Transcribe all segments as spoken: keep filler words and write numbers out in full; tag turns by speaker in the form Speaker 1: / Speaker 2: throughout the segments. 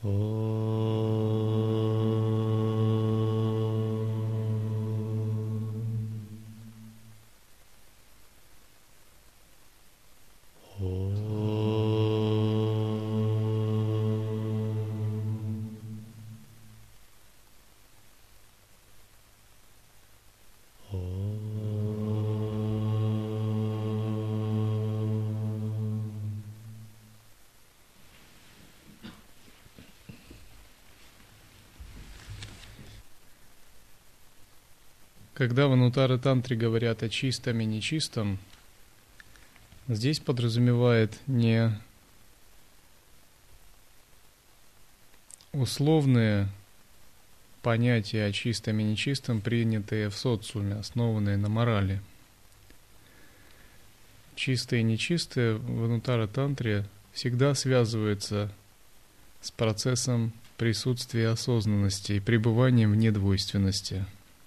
Speaker 1: Когда в Анутара-тантре говорят о чистом и нечистом, здесь подразумевает не условные понятия о чистом и нечистом, принятые в социуме, основанные на морали. Чистое и нечистое в Анутара-тантре всегда связывается с процессом присутствия осознанности и пребыванием в недвойственности.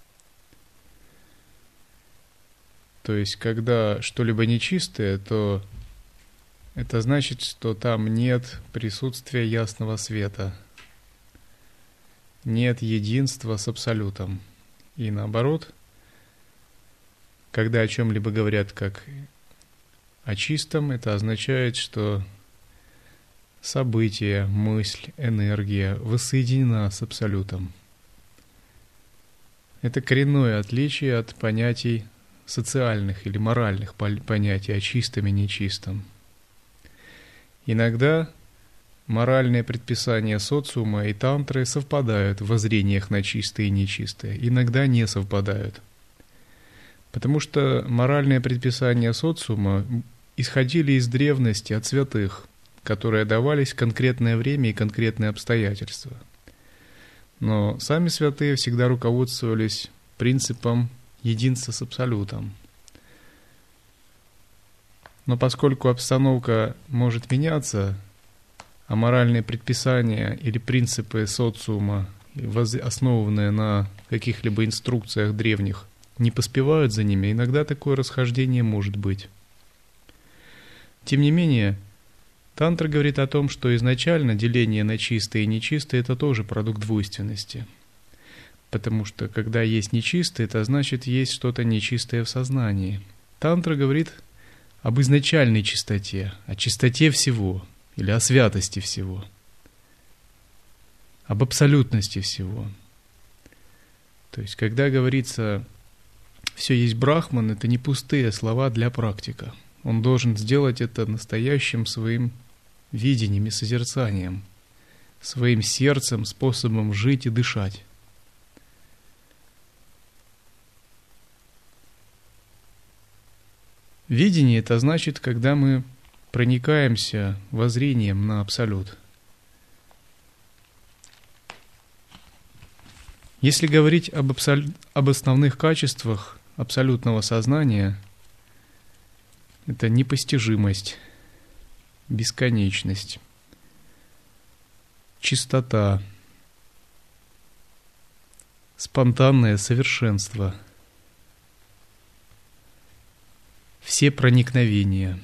Speaker 1: То есть, когда что-либо нечистое, то это значит, что там нет присутствия ясного света, нет единства с Абсолютом. И наоборот, когда о чем-либо говорят как о чистом, это означает, что событие, мысль, энергия воссоединена с Абсолютом. Это коренное отличие от понятий социальных или моральных понятий о чистом и нечистом. Иногда моральные предписания социума и тантры совпадают в воззрениях на чистое и нечистое, иногда не совпадают. Потому что моральные предписания социума исходили из древности от святых, которые давались в конкретное время и конкретные обстоятельства. Но сами святые всегда руководствовались принципом единства с Абсолютом. Но поскольку обстановка может меняться, а моральные предписания или принципы социума, основанные на каких-либо инструкциях древних, не поспевают за ними, иногда такое расхождение может быть. Тем не менее, тантра говорит о том, что изначально деление на чистое и нечистое – это тоже продукт двойственности. Потому что, когда есть нечистое, это значит, есть что-то нечистое в сознании. Тантра говорит об изначальной чистоте, о чистоте всего, или о святости всего, об абсолютности всего. То есть, когда говорится «все есть Брахман», это не пустые слова для практика. Он должен сделать это настоящим своим видением и созерцанием, своим сердцем, способом жить и дышать. Видение – это значит, когда мы проникаемся воззрением на Абсолют. Если говорить об, абсол... об основных качествах абсолютного сознания, это непостижимость, бесконечность, чистота, спонтанное совершенство, все проникновения.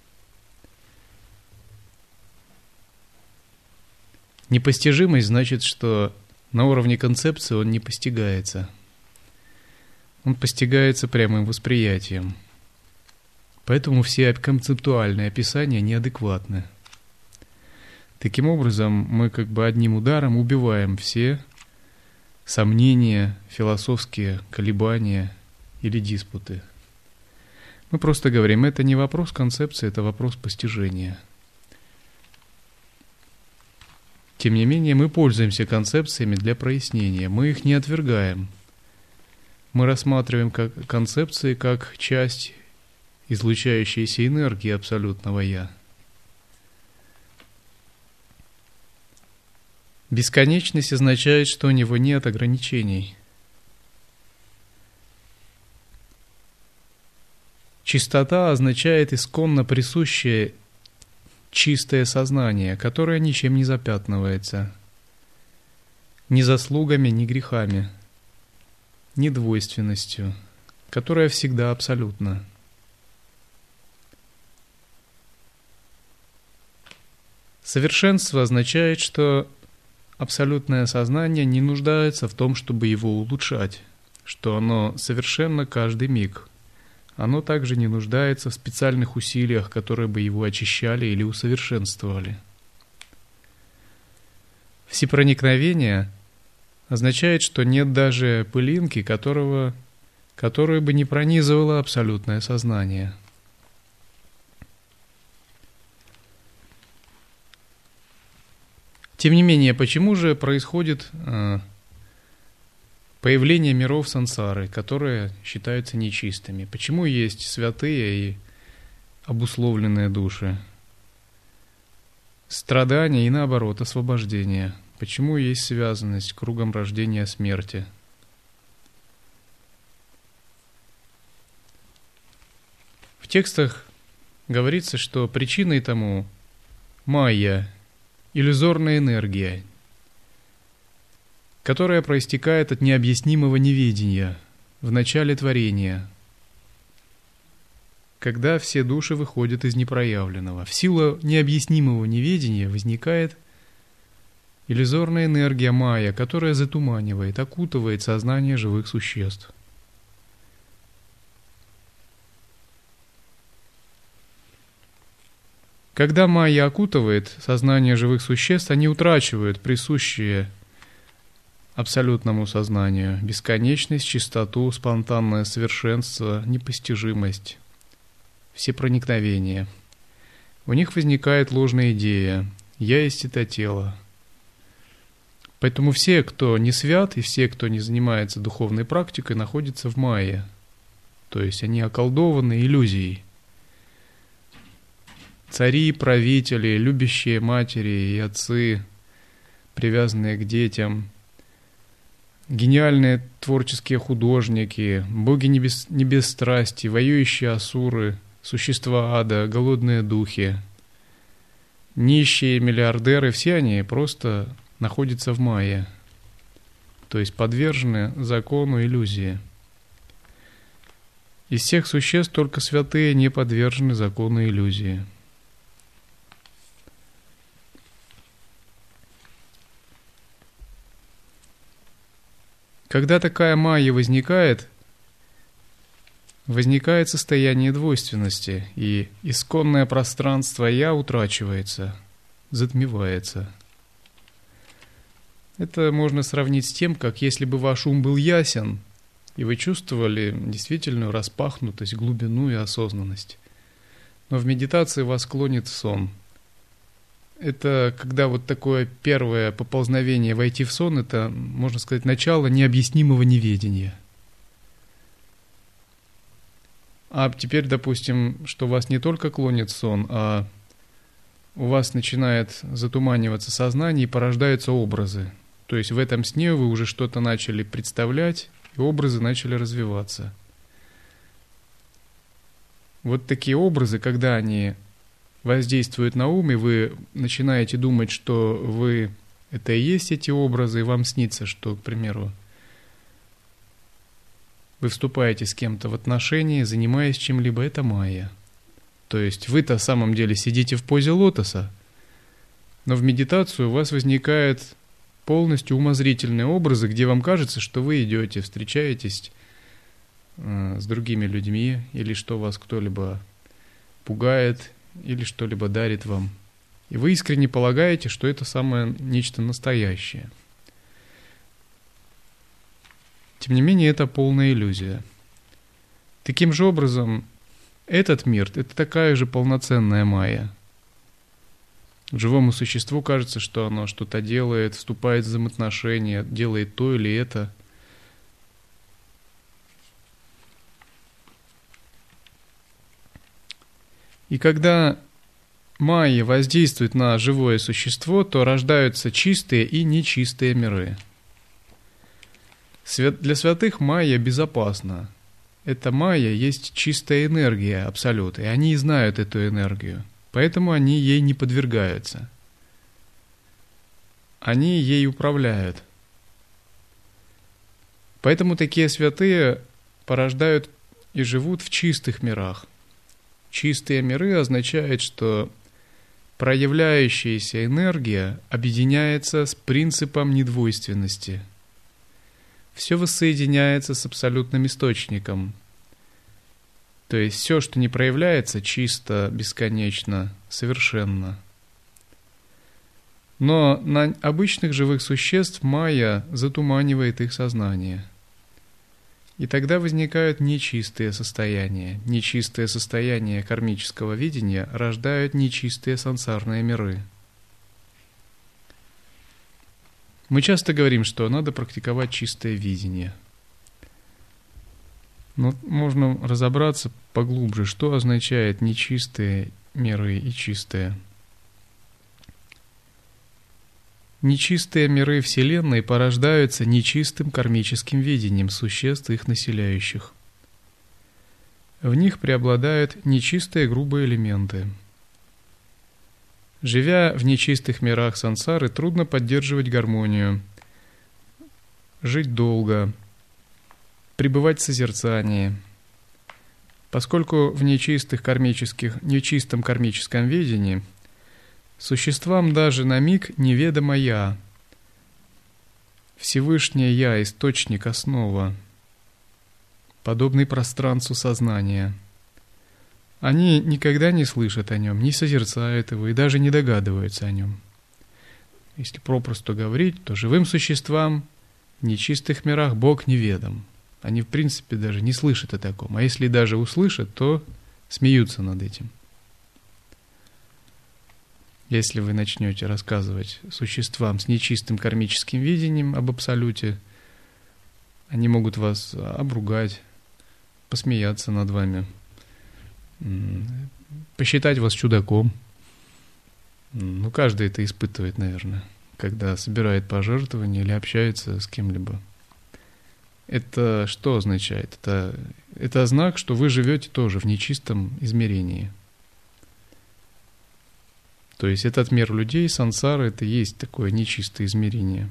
Speaker 1: Непостижимость значит, что на уровне концепции он не постигается. Он постигается прямым восприятием. Поэтому все концептуальные описания неадекватны. Таким образом, мы как бы одним ударом убиваем все сомнения, философские колебания или диспуты. Мы просто говорим, это не вопрос концепции, это вопрос постижения. Тем не менее, мы пользуемся концепциями для прояснения, мы их не отвергаем. Мы рассматриваем как концепции как часть излучающейся энергии абсолютного Я. Бесконечность означает, что у него нет ограничений. Чистота означает исконно присущее чистое сознание, которое ничем не запятнывается, ни заслугами, ни грехами, ни двойственностью, которая всегда абсолютна. Совершенство означает, что абсолютное сознание не нуждается в том, чтобы его улучшать, что оно совершенно каждый миг. Оно также не нуждается в специальных усилиях, которые бы его очищали или усовершенствовали. Всепроникновение означает, что нет даже пылинки, которого, которую бы не пронизывало абсолютное сознание. Тем не менее, почему же происходит э, появление миров сансары, которые считаются нечистыми? Почему есть святые и обусловленные души? Страдания и, наоборот, освобождение. Почему есть связанность с кругом рождения и смерти? В текстах говорится, что причиной тому майя, иллюзорная энергия, которая проистекает от необъяснимого неведения в начале творения, когда все души выходят из непроявленного. В силу необъяснимого неведения возникает иллюзорная энергия майя, которая затуманивает, окутывает сознание живых существ. Когда майя окутывает сознание живых существ, они утрачивают присущие абсолютному сознанию бесконечность, чистоту, спонтанное совершенство, непостижимость, всепроникновение. У них возникает ложная идея «я есть это тело». Поэтому все, кто не свят, и все, кто не занимается духовной практикой, находятся в майе. То есть они околдованы иллюзией. Цари, правители, любящие матери и отцы, привязанные к детям, гениальные творческие художники, боги небес, небес страсти, воюющие асуры, существа ада, голодные духи, нищие, миллиардеры, все они просто находятся в майе, то есть подвержены закону иллюзии. Из всех существ только святые не подвержены закону иллюзии. Когда такая майя возникает, возникает состояние двойственности, и исконное пространство «я» утрачивается, затмевается. Это можно сравнить с тем, как если бы ваш ум был ясен, и вы чувствовали действительную распахнутость, глубину и осознанность. Но в медитации вас клонит в сон. Это когда вот такое первое поползновение войти в сон, это, можно сказать, начало необъяснимого неведения. А теперь, допустим, что вас не только клонит в сон, а у вас начинает затуманиваться сознание и порождаются образы. То есть в этом сне вы уже что-то начали представлять, и образы начали развиваться. Вот такие образы, когда они воздействуют на ум, и вы начинаете думать, что вы это и есть эти образы, и вам снится, что, к примеру, вы вступаете с кем-то в отношения, занимаясь чем-либо, это майя. То есть вы-то на самом деле сидите в позе лотоса, но в медитацию у вас возникают полностью умозрительные образы, где вам кажется, что вы идете, встречаетесь э, с другими людьми, или что вас кто-либо пугает, или что-либо дарит вам. И вы искренне полагаете, что это самое нечто настоящее. Тем не менее, это полная иллюзия. Таким же образом, этот мир — это такая же полноценная майя. Живому существу кажется, что оно что-то делает, вступает в взаимоотношения, делает то или это. И когда майя воздействует на живое существо, то рождаются чистые и нечистые миры. Для святых майя безопасна. Эта майя есть чистая энергия, абсолют, и они знают эту энергию, поэтому они ей не подвергаются. Они ей управляют. Поэтому такие святые порождают и живут в чистых мирах. Чистые миры означает, что проявляющаяся энергия объединяется с принципом недвойственности. Все воссоединяется с абсолютным источником. То есть все, что не проявляется, чисто, бесконечно, совершенно. Но на обычных живых существ майя затуманивает их сознание. И тогда возникают нечистые состояния. Нечистые состояния кармического видения рождают нечистые сансарные миры. Мы часто говорим, что надо практиковать чистое видение. Но можно разобраться поглубже, что означает нечистые миры и чистые. Нечистые миры Вселенной порождаются нечистым кармическим видением существ, их населяющих. В них преобладают нечистые грубые элементы. Живя в нечистых мирах сансары, трудно поддерживать гармонию, жить долго, пребывать в созерцании. Поскольку в нечистых кармических, нечистом кармическом видении существам даже на миг неведомо Я, Всевышнее Я, источник, основа, подобный пространству сознания. Они никогда не слышат о нем, не созерцают его и даже не догадываются о нем. Если попросту говорить, то живым существам в нечистых мирах Бог неведом. Они в принципе даже не слышат о таком, а если даже услышат, то смеются над этим. Если вы начнете рассказывать существам с нечистым кармическим видением об Абсолюте, они могут вас обругать, посмеяться над вами, посчитать вас чудаком. Ну, каждый это испытывает, наверное, когда собирает пожертвования или общается с кем-либо. Это что означает? Это, это знак, что вы живете тоже в нечистом измерении. То есть этот мир людей, сансара, это и есть такое нечистое измерение.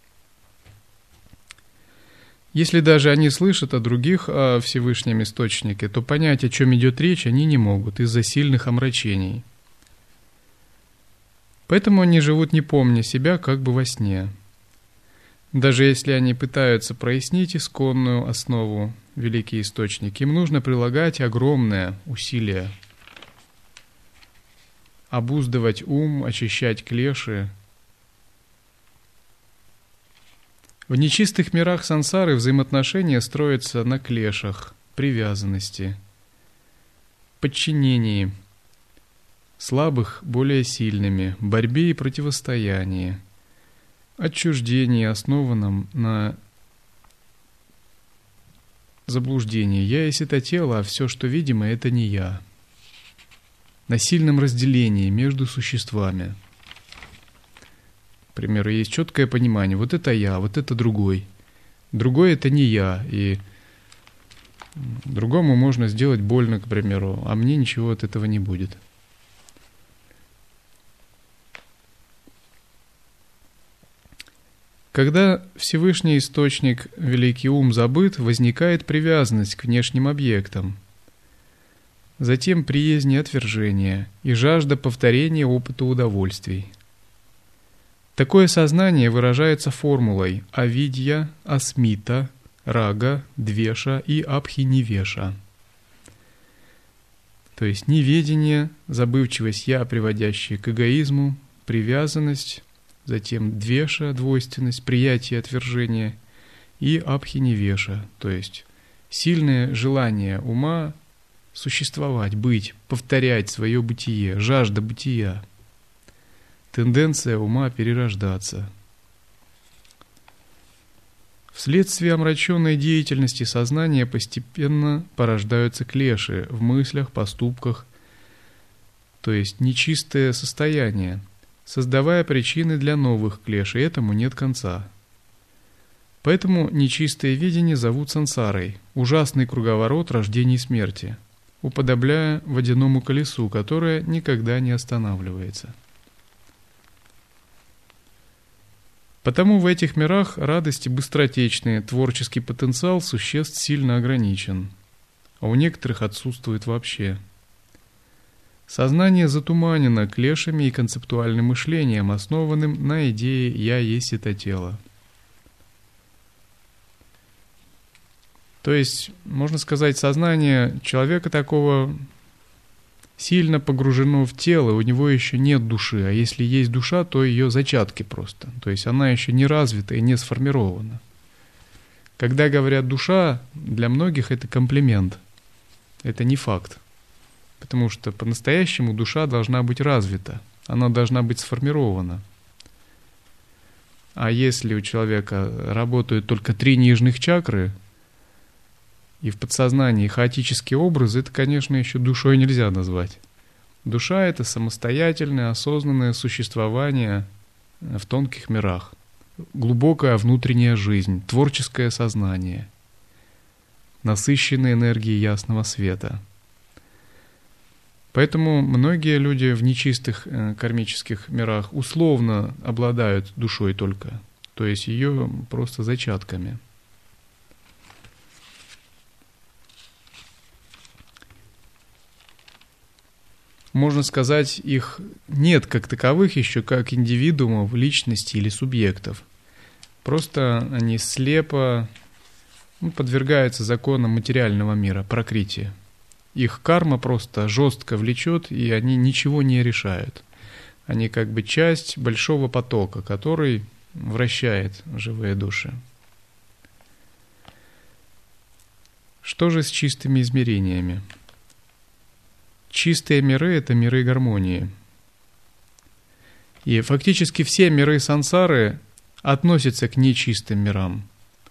Speaker 1: Если даже они слышат о других, о Всевышнем Источнике, то понять, о чем идет речь, они не могут из-за сильных омрачений. Поэтому они живут, не помня себя, как бы во сне. Даже если они пытаются прояснить исконную основу, великий источник, им нужно прилагать огромное усилие. Обуздывать ум, очищать клеши. В нечистых мирах сансары взаимоотношения строятся на клешах, привязанности, подчинении, слабых более сильными, борьбе и противостоянии, отчуждении, основанном на заблуждении. Я есть это тело, а все, что видимо, это не я. На сильном разделении между существами. К примеру, есть четкое понимание, вот это я, вот это другой. Другой это не я, и другому можно сделать больно, к примеру, а мне ничего от этого не будет. Когда Всевышний Источник, Великий Ум забыт, возникает привязанность к внешним объектам. Затем приязнь и отвержение, и жажда повторения опыта удовольствий. Такое сознание выражается формулой авидья, асмита, рага, двеша и абхинивеша. То есть неведение, забывчивость «я», приводящая к эгоизму, привязанность, затем двеша, двойственность, приятие, отвержение и абхинивеша, то есть сильное желание ума существовать, быть, повторять свое бытие, жажда бытия, тенденция ума перерождаться. Вследствие омраченной деятельности сознания постепенно порождаются клеши в мыслях, поступках, то есть нечистое состояние, создавая причины для новых клеш, и этому нет конца. Поэтому нечистое видение зовут сансарой, ужасный круговорот рождения и смерти, уподобляя водяному колесу, которое никогда не останавливается. Потому в этих мирах радость и быстротечный творческий потенциал существ сильно ограничен, а у некоторых отсутствует вообще. Сознание затуманено клешами и концептуальным мышлением, основанным на идее «я есть это тело». То есть, можно сказать, сознание человека такого сильно погружено в тело, у него еще нет души, а если есть душа, то ее зачатки просто, то есть она еще не развита и не сформирована. Когда говорят «душа», для многих это комплимент, это не факт, потому что по-настоящему душа должна быть развита, она должна быть сформирована. А если у человека работают только три нижних чакры, и в подсознании хаотические образы, это, конечно, еще душой нельзя назвать. Душа — это самостоятельное, осознанное существование в тонких мирах. Глубокая внутренняя жизнь, творческое сознание, насыщенная энергией ясного света. Поэтому многие люди в нечистых э, кармических мирах условно обладают душой только, то есть ее просто зачатками. Можно сказать, их нет как таковых еще как индивидуумов, личностей или субъектов. Просто они слепо ну, подвергаются законам материального мира, пракрити. Их карма просто жестко влечет, и они ничего не решают. Они как бы часть большого потока, который вращает живые души. Что же с чистыми измерениями? Чистые миры — это миры гармонии. И фактически все миры сансары относятся к нечистым мирам.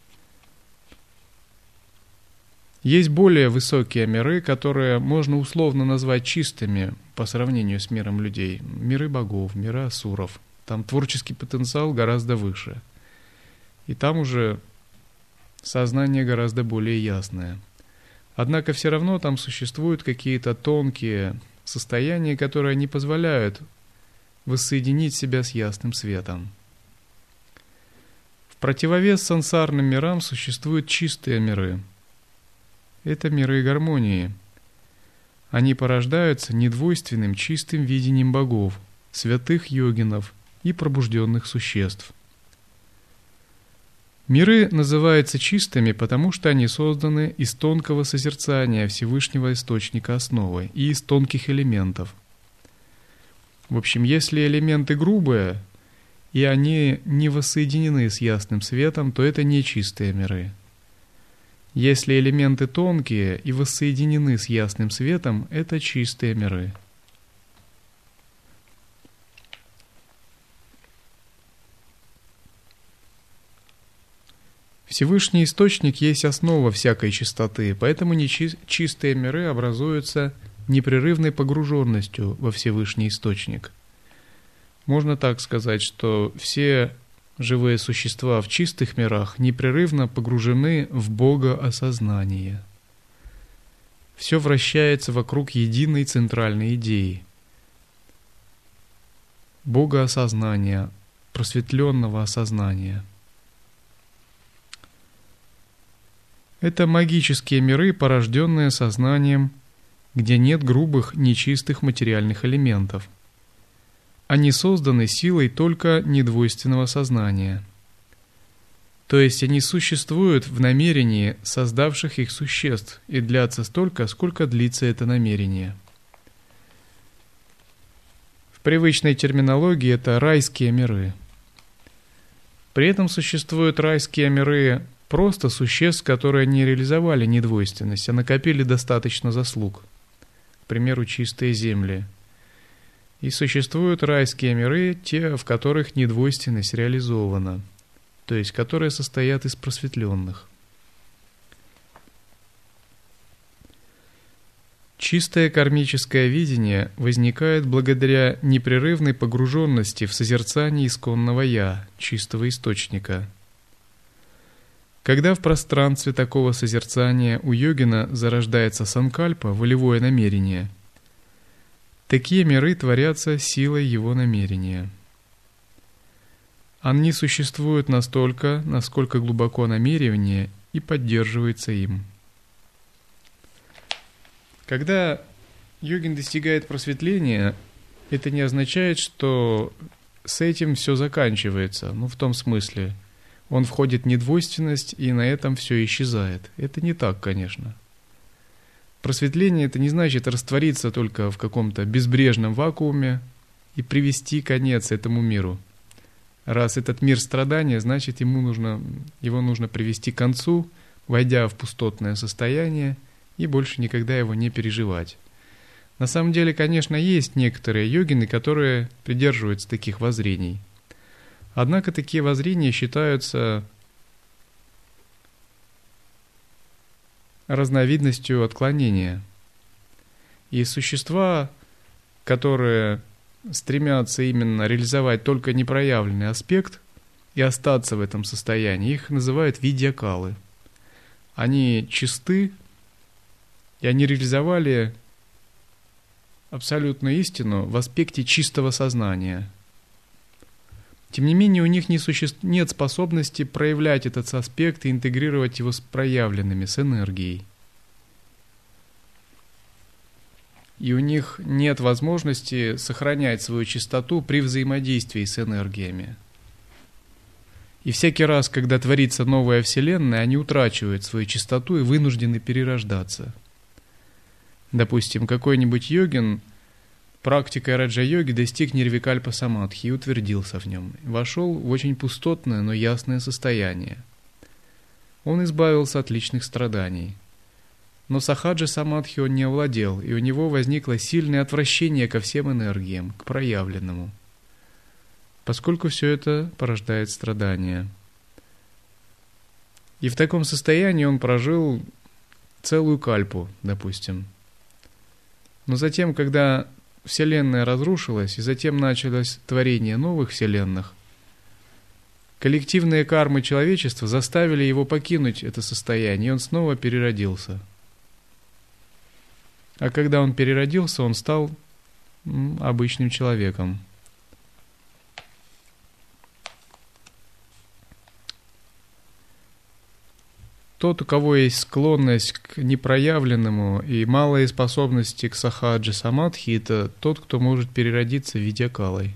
Speaker 1: Есть более высокие миры, которые можно условно назвать чистыми по сравнению с миром людей. Миры богов, миры асуров. Там творческий потенциал гораздо выше. И там уже сознание гораздо более ясное. Однако все равно там существуют какие-то тонкие состояния, которые не позволяют воссоединить себя с ясным светом. В противовес сансарным мирам существуют чистые миры. Это миры гармонии. Они порождаются недвойственным чистым видением богов, святых йогинов и пробужденных существ. Миры называются чистыми, потому что они созданы из тонкого созерцания Всевышнего Источника Основы и из тонких элементов. В общем, если элементы грубые, и они не воссоединены с ясным светом, то это не чистые миры. Если элементы тонкие и воссоединены с ясным светом, это чистые миры. Всевышний Источник есть основа всякой чистоты, поэтому нечистые миры образуются непрерывной погруженностью во Всевышний Источник. Можно так сказать, что все живые существа в чистых мирах непрерывно погружены в Бога-осознание. Все вращается вокруг единой центральной идеи – Бога-осознания, просветленного осознания. Это магические миры, порожденные сознанием, где нет грубых, нечистых материальных элементов. Они созданы силой только недвойственного сознания. То есть они существуют в намерении создавших их существ и длятся столько, сколько длится это намерение. В привычной терминологии это райские миры. При этом существуют райские миры просто существ, которые не реализовали недвойственность, а накопили достаточно заслуг. К примеру, чистые земли. И существуют райские миры, те, в которых недвойственность реализована, то есть которые состоят из просветленных. Чистое кармическое видение возникает благодаря непрерывной погруженности в созерцание исконного «Я», чистого источника. Когда в пространстве такого созерцания у йогина зарождается санкальпа, волевое намерение, такие миры творятся силой его намерения. Они существуют настолько, насколько глубоко намерение и поддерживается им. Когда йогин достигает просветления, это не означает, что с этим все заканчивается. Ну, в том смысле, он входит в недвойственность, и на этом все исчезает. Это не так, конечно. Просветление — это не значит раствориться только в каком-то безбрежном вакууме и привести конец этому миру. Раз этот мир страдания, значит, ему нужно, его нужно привести к концу, войдя в пустотное состояние, и больше никогда его не переживать. На самом деле, конечно, есть некоторые йогины, которые придерживаются таких воззрений. Однако такие воззрения считаются разновидностью отклонения. И существа, которые стремятся именно реализовать только непроявленный аспект и остаться в этом состоянии, их называют видьякалы. Они чисты, и они реализовали абсолютную истину в аспекте чистого сознания. Тем не менее, у них не суще... нет способности проявлять этот аспект и интегрировать его с проявленными, с энергией. И у них нет возможности сохранять свою чистоту при взаимодействии с энергиями. И всякий раз, когда творится новая вселенная, они утрачивают свою чистоту и вынуждены перерождаться. Допустим, какой-нибудь йогин практикой раджа-йоги достиг нирвикальпа самадхи и утвердился в нем. Вошел в очень пустотное, но ясное состояние. Он избавился от личных страданий. Но сахаджа самадхи он не овладел, и у него возникло сильное отвращение ко всем энергиям, к проявленному, поскольку все это порождает страдания. И в таком состоянии он прожил целую кальпу, допустим. Но затем, когда Вселенная разрушилась, и затем началось творение новых вселенных, коллективные кармы человечества заставили его покинуть это состояние, и он снова переродился. А когда он переродился, он стал м, обычным человеком. Тот, у кого есть склонность к непроявленному и малые способности к сахаджи самадхи, это тот, кто может переродиться видьякалой.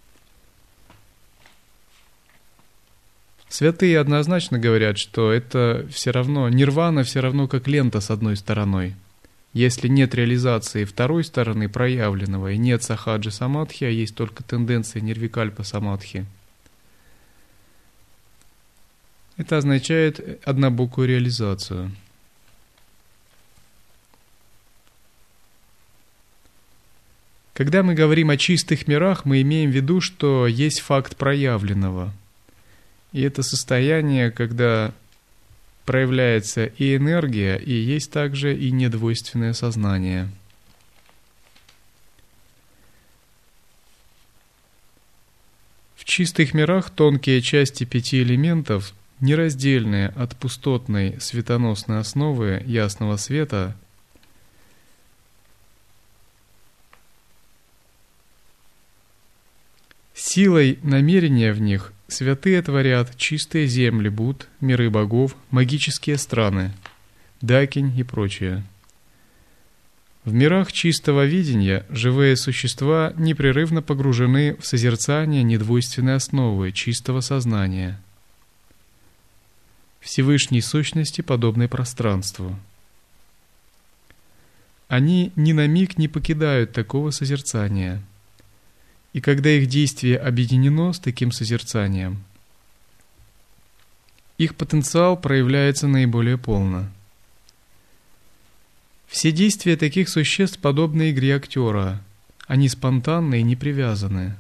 Speaker 1: Святые однозначно говорят, что это все равно, нирвана все равно как лента с одной стороной. Если нет реализации второй стороны проявленного и нет сахаджи самадхи, а есть только тенденция нирвикальпа самадхи, это означает однобокую реализацию. Когда мы говорим о чистых мирах, мы имеем в виду, что есть факт проявленного. И это состояние, когда проявляется и энергия, и есть также и недвойственное сознание. В чистых мирах тонкие части пяти элементов, нераздельные от пустотной светоносной основы ясного света, силой намерения в них святые творят чистые земли Будд, миры богов, магические страны, дакинь и прочее. В мирах чистого видения живые существа непрерывно погружены в созерцание недвойственной основы чистого сознания, Всевышней сущности, подобной пространству. Они ни на миг не покидают такого созерцания. И когда их действие объединено с таким созерцанием, их потенциал проявляется наиболее полно. Все действия таких существ подобны игре актера, они спонтанны и не привязаны.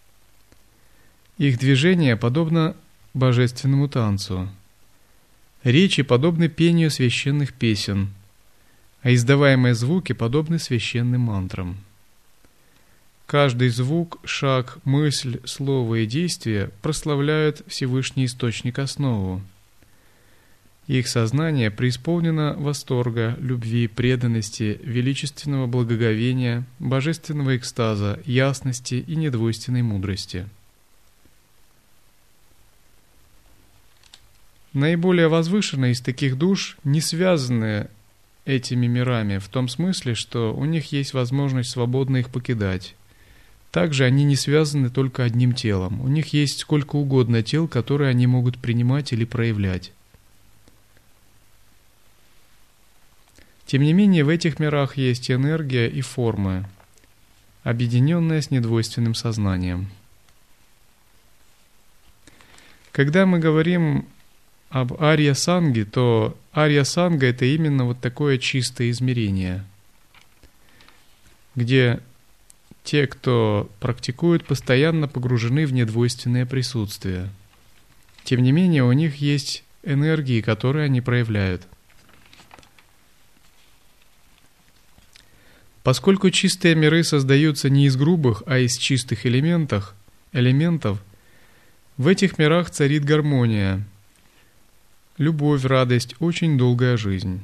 Speaker 1: Их движение подобно божественному танцу. Речи подобны пению священных песен, а издаваемые звуки подобны священным мантрам. Каждый звук, шаг, мысль, слово и действие прославляют Всевышний Источник Основу. Их сознание преисполнено восторга, любви, преданности, величественного благоговения, божественного экстаза, ясности и недвойственной мудрости. Наиболее возвышенные из таких душ, не связанные этими мирами в том смысле, что у них есть возможность свободно их покидать. Также они не связаны только одним телом. У них есть сколько угодно тел, которые они могут принимать или проявлять. Тем не менее, в этих мирах есть энергия и формы, объединенная с недвойственным сознанием. Когда мы говорим об Арья-санге, то Арья-санга — это именно вот такое чистое измерение, где те, кто практикует, постоянно погружены в недвойственное присутствие. Тем не менее, у них есть энергии, которые они проявляют. Поскольку чистые миры создаются не из грубых, а из чистых элементов, элементов, в этих мирах царит гармония, любовь, радость, очень долгая жизнь.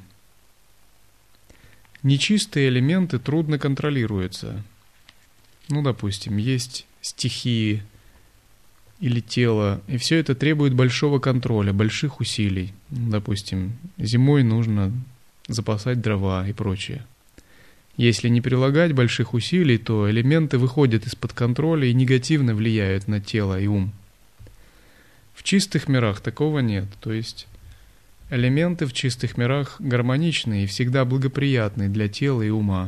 Speaker 1: Нечистые элементы трудно контролируются. Ну, допустим, есть стихии или тело, и все это требует большого контроля, больших усилий. Допустим, зимой нужно запасать дрова и прочее. Если не прилагать больших усилий, то элементы выходят из-под контроля и негативно влияют на тело и ум. В чистых мирах такого нет, то есть элементы в чистых мирах гармоничны и всегда благоприятны для тела и ума.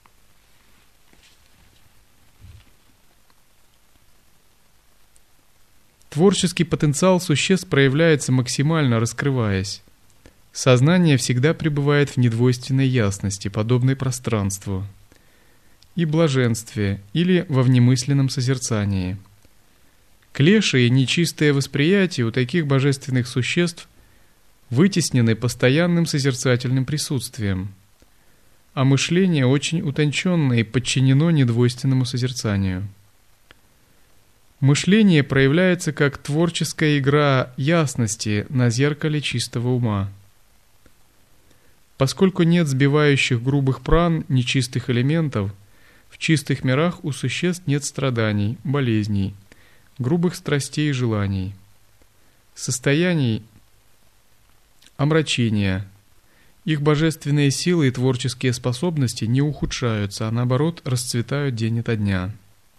Speaker 1: Творческий потенциал существ проявляется максимально, раскрываясь. Сознание всегда пребывает в недвойственной ясности, подобной пространству, и блаженстве или во внемысленном созерцании. Клеши и нечистое восприятие у таких божественных существ вытеснены постоянным созерцательным присутствием, а мышление очень утонченно и подчинено недвойственному созерцанию. Мышление проявляется как творческая игра ясности на зеркале чистого ума. Поскольку нет сбивающих грубых пран, нечистых элементов, в чистых мирах у существ нет страданий, болезней, грубых страстей и желаний, состояний омрачения. Их божественные силы и творческие способности не ухудшаются, а наоборот расцветают день ото дня.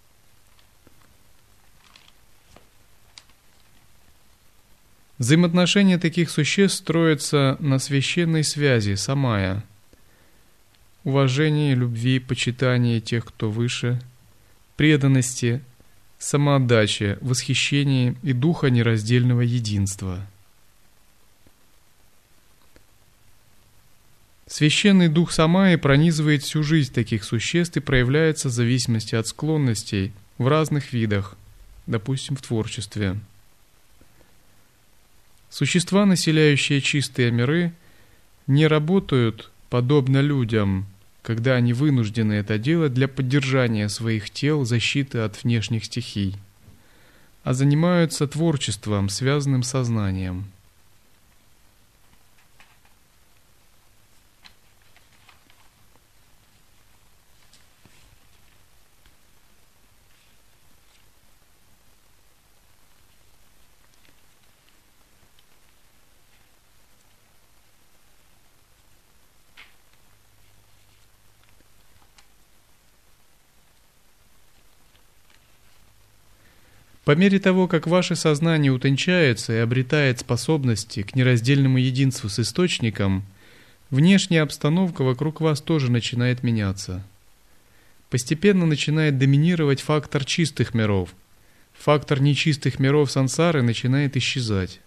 Speaker 1: Взаимоотношения таких существ строятся на священной связи самая, уважении, любви, почитании тех, кто выше, преданности, самоотдаче, восхищении и духа нераздельного единства. Священный дух самаи пронизывает всю жизнь таких существ и проявляется в зависимости от склонностей в разных видах, допустим, в творчестве. Существа, населяющие чистые миры, не работают подобно людям, когда они вынуждены это делать для поддержания своих тел, защиты от внешних стихий, а занимаются творчеством, связанным с сознанием. По мере того, как ваше сознание утончается и обретает способности к нераздельному единству с Источником, внешняя обстановка вокруг вас тоже начинает меняться. Постепенно начинает доминировать фактор чистых миров. Фактор нечистых миров сансары начинает исчезать.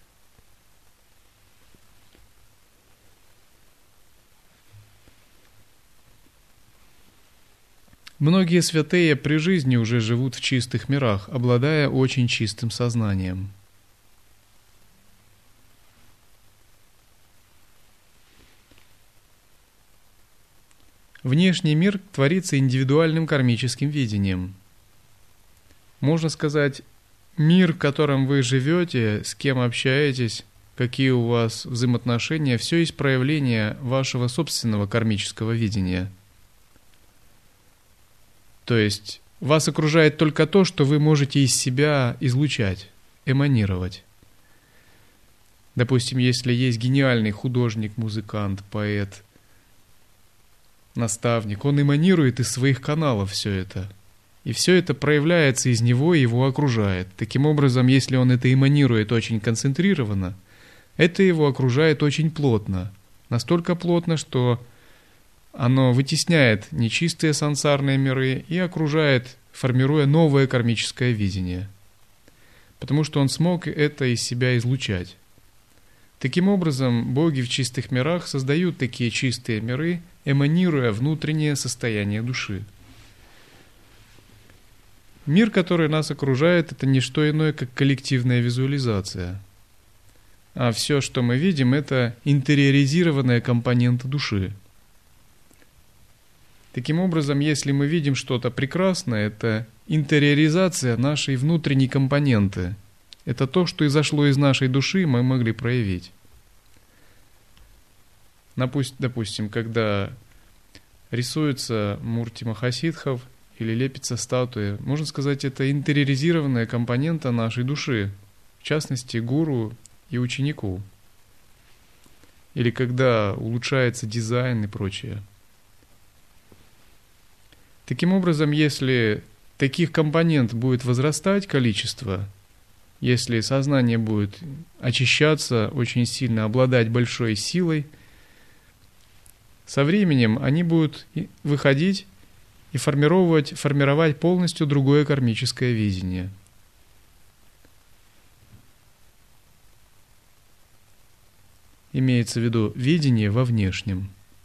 Speaker 1: Многие святые при жизни уже живут в чистых мирах, обладая очень чистым сознанием. Внешний мир творится индивидуальным кармическим видением. Можно сказать, мир, в котором вы живете, с кем общаетесь, какие у вас взаимоотношения, все есть проявление вашего собственного кармического видения. То есть вас окружает только то, что вы можете из себя излучать, эманировать. Допустим, если есть гениальный художник, музыкант, поэт, наставник, он эманирует из своих каналов все это. И все это проявляется из него и его окружает. Таким образом, если он это эманирует очень концентрированно, это его окружает очень плотно. Настолько плотно, что оно вытесняет нечистые сансарные миры и окружает, формируя новое кармическое видение. Потому что он смог это из себя излучать. Таким образом, боги в чистых мирах создают такие чистые миры, эманируя внутреннее состояние души. Мир, который нас окружает, это не что иное, как коллективная визуализация. А все, что мы видим, это интериоризированная компонента души. Таким образом, если мы видим что-то прекрасное, это интериоризация нашей внутренней компоненты. Это то, что изошло из нашей души, мы могли проявить. Допустим, когда рисуется мурти махасидхов или лепится статуя, можно сказать, это интериоризированная компонента нашей души, в частности, гуру и ученику. Или когда улучшается дизайн и прочее. Таким образом, если таких компонент будет возрастать количество, если сознание будет очищаться очень сильно, обладать большой силой, со временем они будут выходить и формировать, формировать полностью другое кармическое видение. Имеется в виду видение во внешнем.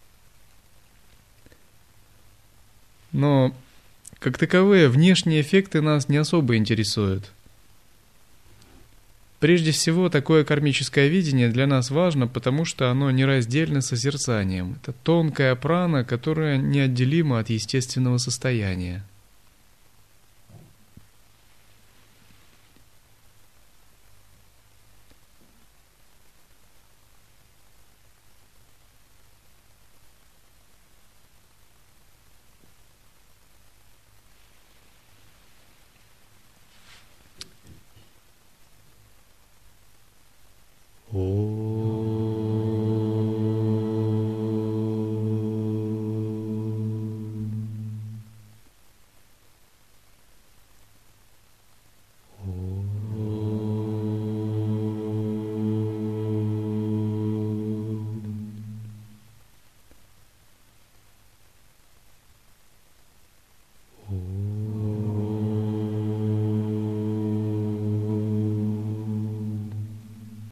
Speaker 1: Но, как таковые, внешние эффекты нас не особо интересуют. Прежде всего, такое кармическое видение для нас важно, потому что оно нераздельно созерцанием. Это тонкая прана, которая неотделима от естественного состояния.